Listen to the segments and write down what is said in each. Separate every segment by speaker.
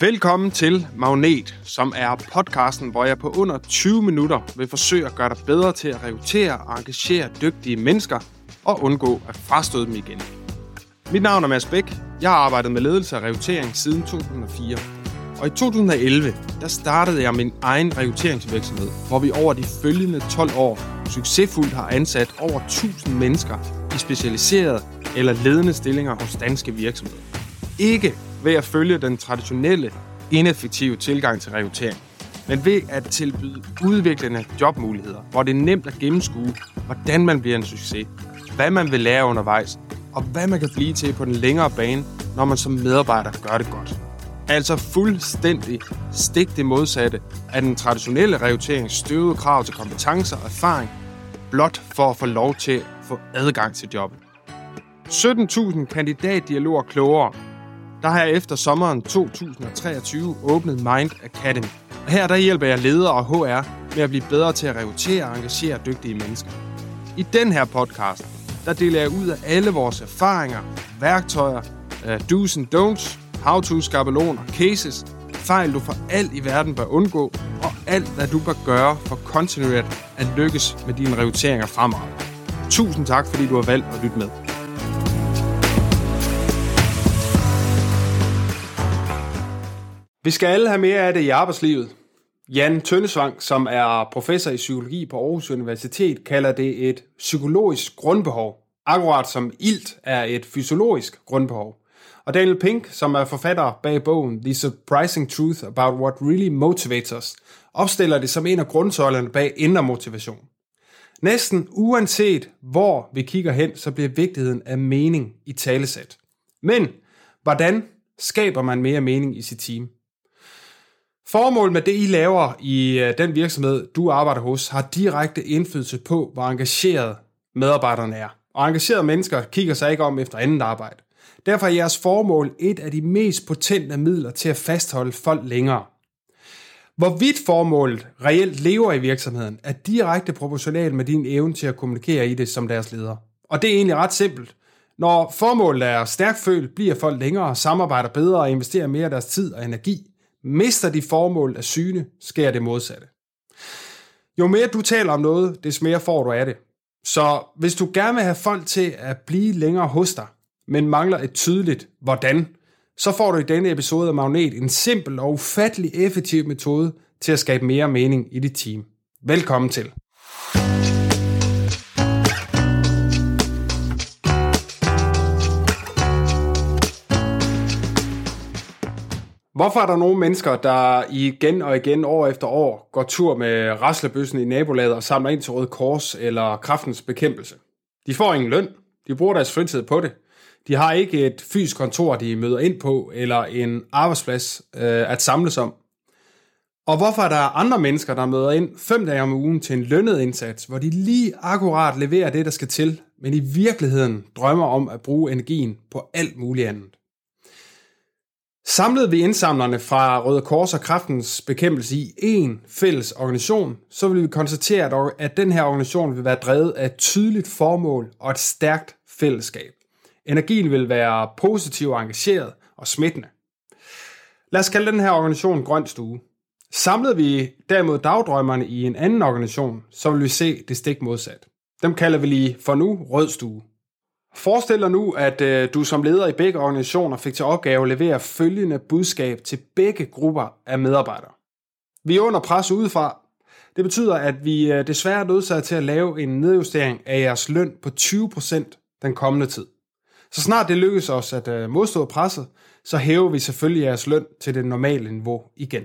Speaker 1: Velkommen til Magnet, som er podcasten, hvor jeg på under 20 minutter vil forsøge at gøre dig bedre til at rekruttere og engagere dygtige mennesker og undgå at frastøde dem igen. Mit navn er Mads Bæk. Jeg har arbejdet med ledelse og rekruttering siden 2004. Og i 2011, der startede jeg min egen rekrutteringsvirksomhed, hvor vi over de følgende 12 år succesfuldt har ansat over 1000 mennesker i specialiserede eller ledende stillinger hos danske virksomheder. Ikke ved at følge den traditionelle, ineffektive tilgang til rekruttering, men ved at tilbyde udviklende jobmuligheder, hvor det er nemt at gennemskue, hvordan man bliver en succes, hvad man vil lære undervejs, og hvad man kan blive til på den længere bane, når man som medarbejder gør det godt. Altså fuldstændig stik det modsatte af den traditionelle rekrutterings støvede krav til kompetencer og erfaring, blot for at få lov til at få adgang til jobbet. 17.000 kandidatdialoger klogere. Der har jeg efter sommeren 2023 åbnet Mind Academy. Og her der hjælper jeg ledere og HR med at blive bedre til at rekruttere og engagere dygtige mennesker. I den her podcast, der deler jeg ud af alle vores erfaringer, værktøjer, do's and don'ts, how-to, skabeloner, cases, fejl du for alt i verden bør undgå, og alt hvad du bør gøre for kontinuerligt at lykkes med dine rekrutteringer fremadrettet. Tusind tak, fordi du har valgt at lytte med. Vi skal alle have mere af det i arbejdslivet. Jan Tønnesvang, som er professor i psykologi på Aarhus Universitet, kalder det et psykologisk grundbehov, akkurat som ilt er et fysiologisk grundbehov. Og Daniel Pink, som er forfatter bag bogen The Surprising Truth About What Really Motivates Us, opstiller det som en af grundsøjlerne bag indre motivation. Næsten uanset hvor vi kigger hen, så bliver vigtigheden af mening i talesæt. Men hvordan skaber man mere mening i sit team? Formålet med det, I laver i den virksomhed, du arbejder hos, har direkte indflydelse på, hvor engageret medarbejderne er. Og engagerede mennesker kigger sig ikke om efter andet arbejde. Derfor er jeres formål et af de mest potente midler til at fastholde folk længere. Hvorvidt formålet reelt lever i virksomheden, er direkte proportional med din evne til at kommunikere i det som deres leder. Og det er egentlig ret simpelt. Når formålet er stærkt følt, bliver folk længere, samarbejder bedre og investerer mere af deres tid og energi. Mister de formål af syne, sker det modsatte. Jo mere du taler om noget, des mere får du af det. Så hvis du gerne vil have folk til at blive længere hos dig, men mangler et tydeligt hvordan, så får du i denne episode af Magnet en simpel og ufattelig effektiv metode til at skabe mere mening i dit team. Velkommen til. Hvorfor er der nogle mennesker, der igen og igen år efter år går tur med raslebøssen i nabolaget og samler ind til Røde Kors eller Kræftens Bekæmpelse? De får ingen løn. De bruger deres fritid på det. De har ikke et fysisk kontor, de møder ind på, eller en arbejdsplads at samles om. Og hvorfor er der andre mennesker, der møder ind 5 dage om ugen til en lønnet indsats, hvor de lige akkurat leverer det, der skal til, men i virkeligheden drømmer om at bruge energien på alt muligt andet? Samlede vi indsamlerne fra Røde Kors og Kræftens Bekæmpelse i én fælles organisation, så vil vi konstatere, at den her organisation vil være drevet af et tydeligt formål og et stærkt fællesskab. Energien vil være positiv, engageret og smittende. Lad os kalde den her organisation Grøn Stue. Samlede vi derimod dagdrømmerne i en anden organisation, så vil vi se det stik modsat. Dem kalder vi lige for nu Rød Stue. Forestil dig nu, at du som leder i begge organisationer fik til opgave at levere følgende budskab til begge grupper af medarbejdere. Vi er under pres udefra. Det betyder, at vi desværre er nødsaget til at lave en nedjustering af jeres løn på 20% den kommende tid. Så snart det lykkes os at modstå presset, så hæver vi selvfølgelig jeres løn til det normale niveau igen.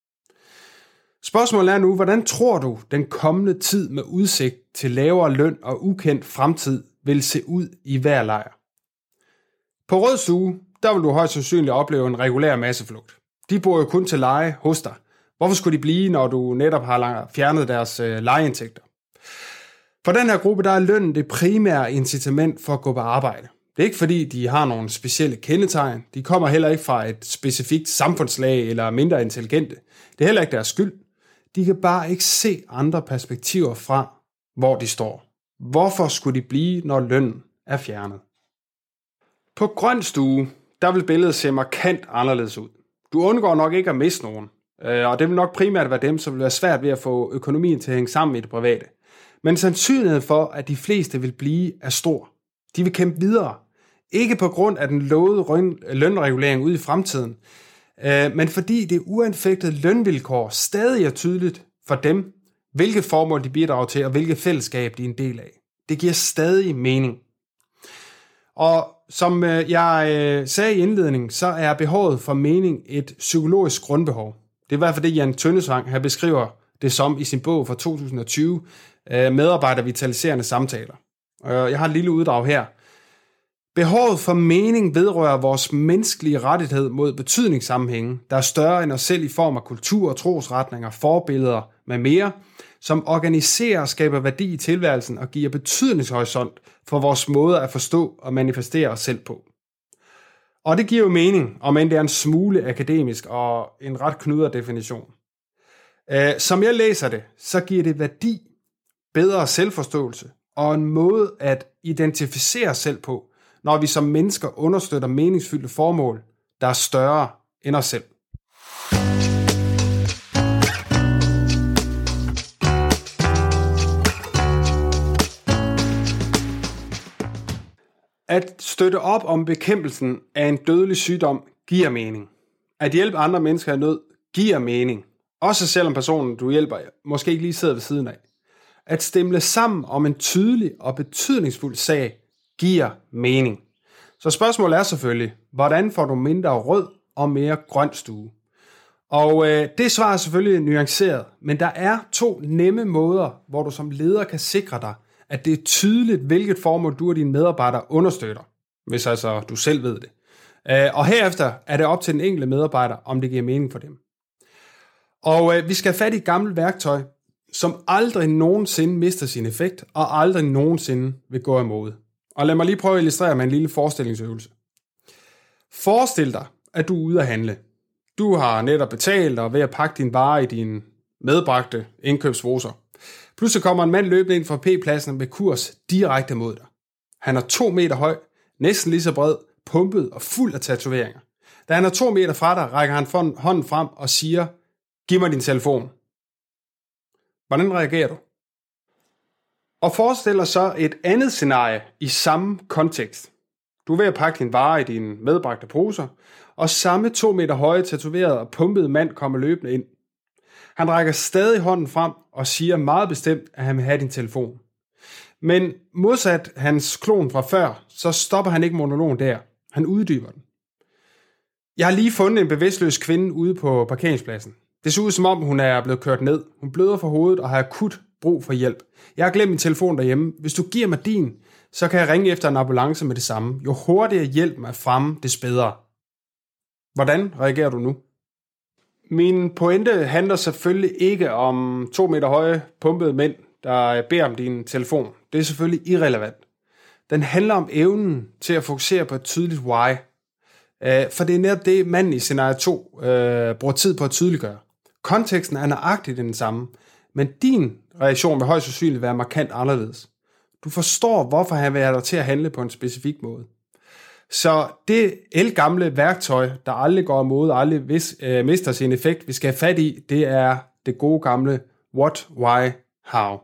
Speaker 1: Spørgsmålet er nu, hvordan tror du den kommende tid med udsigt til lavere løn og ukendt fremtid vil se ud i hver lejr? På Rød Stue, der vil du højst sandsynligt opleve en regulær masseflugt. De bor jo kun til leje hos dig. Hvorfor skulle de blive, når du netop har fjernet deres lejeindtægter? For den her gruppe, der er lønnen det primære incitament for at gå på arbejde. Det er ikke fordi, de har nogle specielle kendetegn. De kommer heller ikke fra et specifikt samfundslag eller er mindre intelligente. Det er heller ikke deres skyld. De kan bare ikke se andre perspektiver fra, hvor de står. Hvorfor skulle de blive, når lønnen er fjernet? På Grøn Stue, der vil billedet se markant anderledes ud. Du undgår nok ikke at miste nogen, og det vil nok primært være dem, som vil være svært ved at få økonomien til at hænge sammen i det private. Men sandsynligheden for, at de fleste vil blive, er stor. De vil kæmpe videre. Ikke på grund af den lovede lønregulering ude i fremtiden, men fordi det uanfægtede lønvilkår stadig er tydeligt for dem, hvilke formål de bidrager til, og hvilket fællesskab de er en del af. Det giver stadig mening. Og som jeg sagde i indledningen, så er behovet for mening et psykologisk grundbehov. Det er i hvert fald det, Jan Tønnesvang her beskriver det som i sin bog fra 2020, Medarbejdervitaliserende samtaler. Jeg har et lille uddrag her. Behovet for mening vedrører vores menneskelige rettighed mod betydningssammenhænge, der er større end os selv i form af kultur, trosretninger, forbilleder med mere, som organiserer og skaber værdi i tilværelsen og giver betydningshorisont for vores måde at forstå og manifestere os selv på. Og det giver jo mening, om end det er en smule akademisk og en ret knudret definition. Som jeg læser det, så giver det værdi, bedre selvforståelse og en måde at identificere os selv på, når vi som mennesker understøtter meningsfyldte formål, der er større end os selv. At støtte op om bekæmpelsen af en dødelig sygdom giver mening. At hjælpe andre mennesker i nød giver mening. Også selvom personen, du hjælper, måske ikke lige sidder ved siden af. At stemle sammen om en tydelig og betydningsfuld sag giver mening. Så spørgsmålet er selvfølgelig, hvordan får du mindre rød og mere grøn stue? Og det svar er selvfølgelig nuanceret, men der er 2 nemme måder, hvor du som leder kan sikre dig, at det er tydeligt, hvilket formål du og dine medarbejdere understøtter, hvis altså du selv ved det. Og herefter er det op til den enkelte medarbejder, om det giver mening for dem. Og vi skal have fat i et gammelt værktøj, som aldrig nogensinde mister sin effekt, og aldrig nogensinde vil gå imod. Og lad mig lige prøve at illustrere med en lille forestillingsøvelse. Forestil dig, at du er ude at handle. Du har netop betalt og er ved at pakke dine varer i dine medbragte indkøbsposer. Pludselig kommer en mand løbende ind fra P-pladsen med kurs direkte mod dig. Han er 2 meter høj, næsten lige så bred, pumpet og fuld af tatoveringer. Da han er 2 meter fra dig, rækker han hånden frem og siger, giv mig din telefon. Hvordan reagerer du? Og forestil dig så et andet scenarie i samme kontekst. Du er ved at pakke dine varer i dine medbragte poser, og samme 2 meter høje, tatoverede og pumpede mand kommer løbende ind. Han rækker stadig hånden frem og siger meget bestemt, at han vil have din telefon. Men modsat hans klon fra før, så stopper han ikke monologen der. Han uddyber den. Jeg har lige fundet en bevidstløs kvinde ude på parkeringspladsen. Det ser ud som om, hun er blevet kørt ned. Hun bløder fra hovedet og har akut brug for hjælp. Jeg har glemt min telefon derhjemme. Hvis du giver mig din, så kan jeg ringe efter en ambulance med det samme. Jo hurtigere hjælp er fremme, des bedre. Hvordan reagerer du nu? Min pointe handler selvfølgelig ikke om 2 meter høje, pumpede mænd, der beder om din telefon. Det er selvfølgelig irrelevant. Den handler om evnen til at fokusere på et tydeligt why. For det er netop det, manden i scenarie 2 bruger tid på at tydeliggøre. Konteksten er nøjagtigt den samme, men din reaktion vil højst sandsynligt være markant anderledes. Du forstår, hvorfor han vil have dig til at handle på en specifik måde. Så det ældgamle værktøj, der aldrig går imod og aldrig mister sin effekt, vi skal have fat i, det er det gode gamle what, why, how.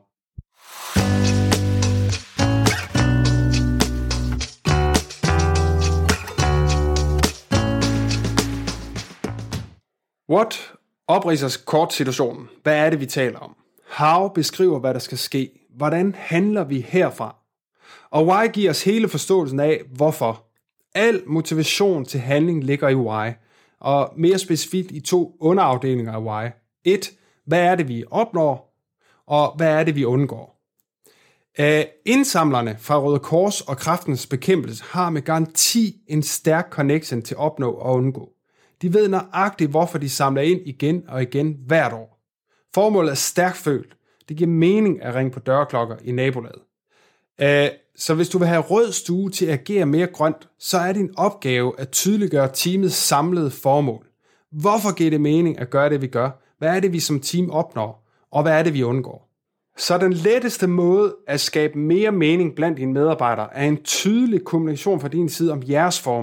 Speaker 1: What opridser kort situationen. Hvad er det, vi taler om? How beskriver, hvad der skal ske. Hvordan handler vi herfra? Og why giver os hele forståelsen af, hvorfor. Al motivation til handling ligger i why, og mere specifikt i 2 underafdelinger af why. 1. Hvad er det, vi opnår? Og hvad er det, vi undgår? Indsamlerne fra Røde Kors og Kræftens Bekæmpelse har med garanti en stærk connection til opnå og undgå. De ved nøjagtigt, hvorfor de samler ind igen og igen hvert år. Formålet er stærkt følt. Det giver mening at ringe på dørklokker i nabolaget. Så hvis du vil have rød stue til at agere mere grønt, så er din opgave at tydeliggøre teamets samlede formål. Hvorfor giver det mening at gøre det, vi gør? Hvad er det, vi som team opnår? Og hvad er det, vi undgår? Så den letteste måde at skabe mere mening blandt dine medarbejdere er en tydelig kommunikation fra din side om jeres formål.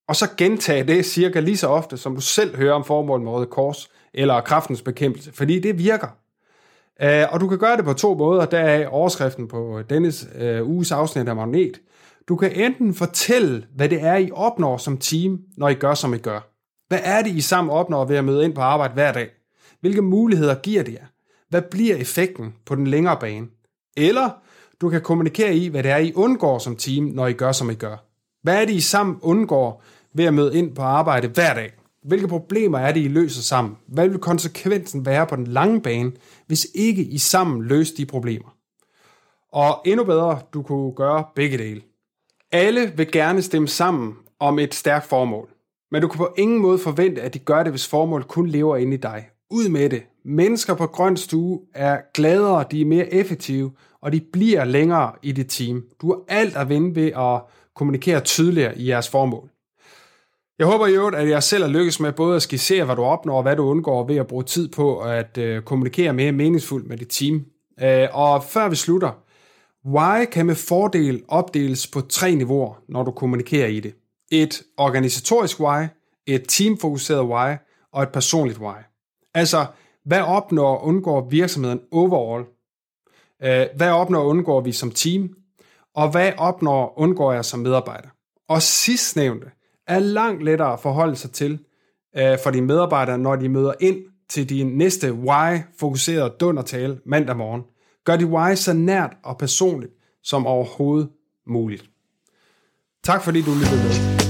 Speaker 1: og så gentage det cirka lige så ofte, som du selv hører om formålet med Røde Kors eller Kræftens Bekæmpelse, fordi det virker. Og du kan gøre det på 2 måder, der er overskriften på dennes uges afsnit af Magnet. Du kan enten fortælle, hvad det er, I opnår som team, når I gør, som I gør. Hvad er det, I sammen opnår ved at møde ind på arbejde hver dag? Hvilke muligheder giver det jer? Hvad bliver effekten på den længere bane? Eller du kan kommunikere i, hvad det er, I undgår som team, når I gør, som I gør. Hvad er det, I sammen undgår ved at møde ind på arbejde hver dag? Hvilke problemer er det, I løser sammen? Hvad vil konsekvensen være på den lange bane, hvis ikke I sammen løser de problemer? Og endnu bedre, du kunne gøre begge dele. Alle vil gerne stemme sammen om et stærkt formål, men du kan på ingen måde forvente, at de gør det, hvis formålet kun lever inde i dig. Ud med det. Mennesker på grøn stue er gladere, de er mere effektive, og de bliver længere i dit team. Du har alt at vinde ved at kommunikere tydeligere i jeres formål. Jeg håber i øvrigt, at jeg selv har lykkes med både at skitsere, hvad du opnår og hvad du undgår ved at bruge tid på at kommunikere mere meningsfuldt med dit team. Og før vi slutter, why kan med fordel opdeles på 3 niveauer, når du kommunikerer i det. Et organisatorisk why, et teamfokuseret why og et personligt why. Altså, hvad opnår og undgår virksomheden overall? Hvad opnår og undgår vi som team? Og hvad opnår og undgår jeg som medarbejder? Og sidstnævnte er langt lettere at forholde sig til for dine medarbejdere, når de møder ind til din næste why-fokuserede dundertale mandag morgen. Gør dit why så nært og personligt som overhovedet muligt. Tak fordi du lyttede med.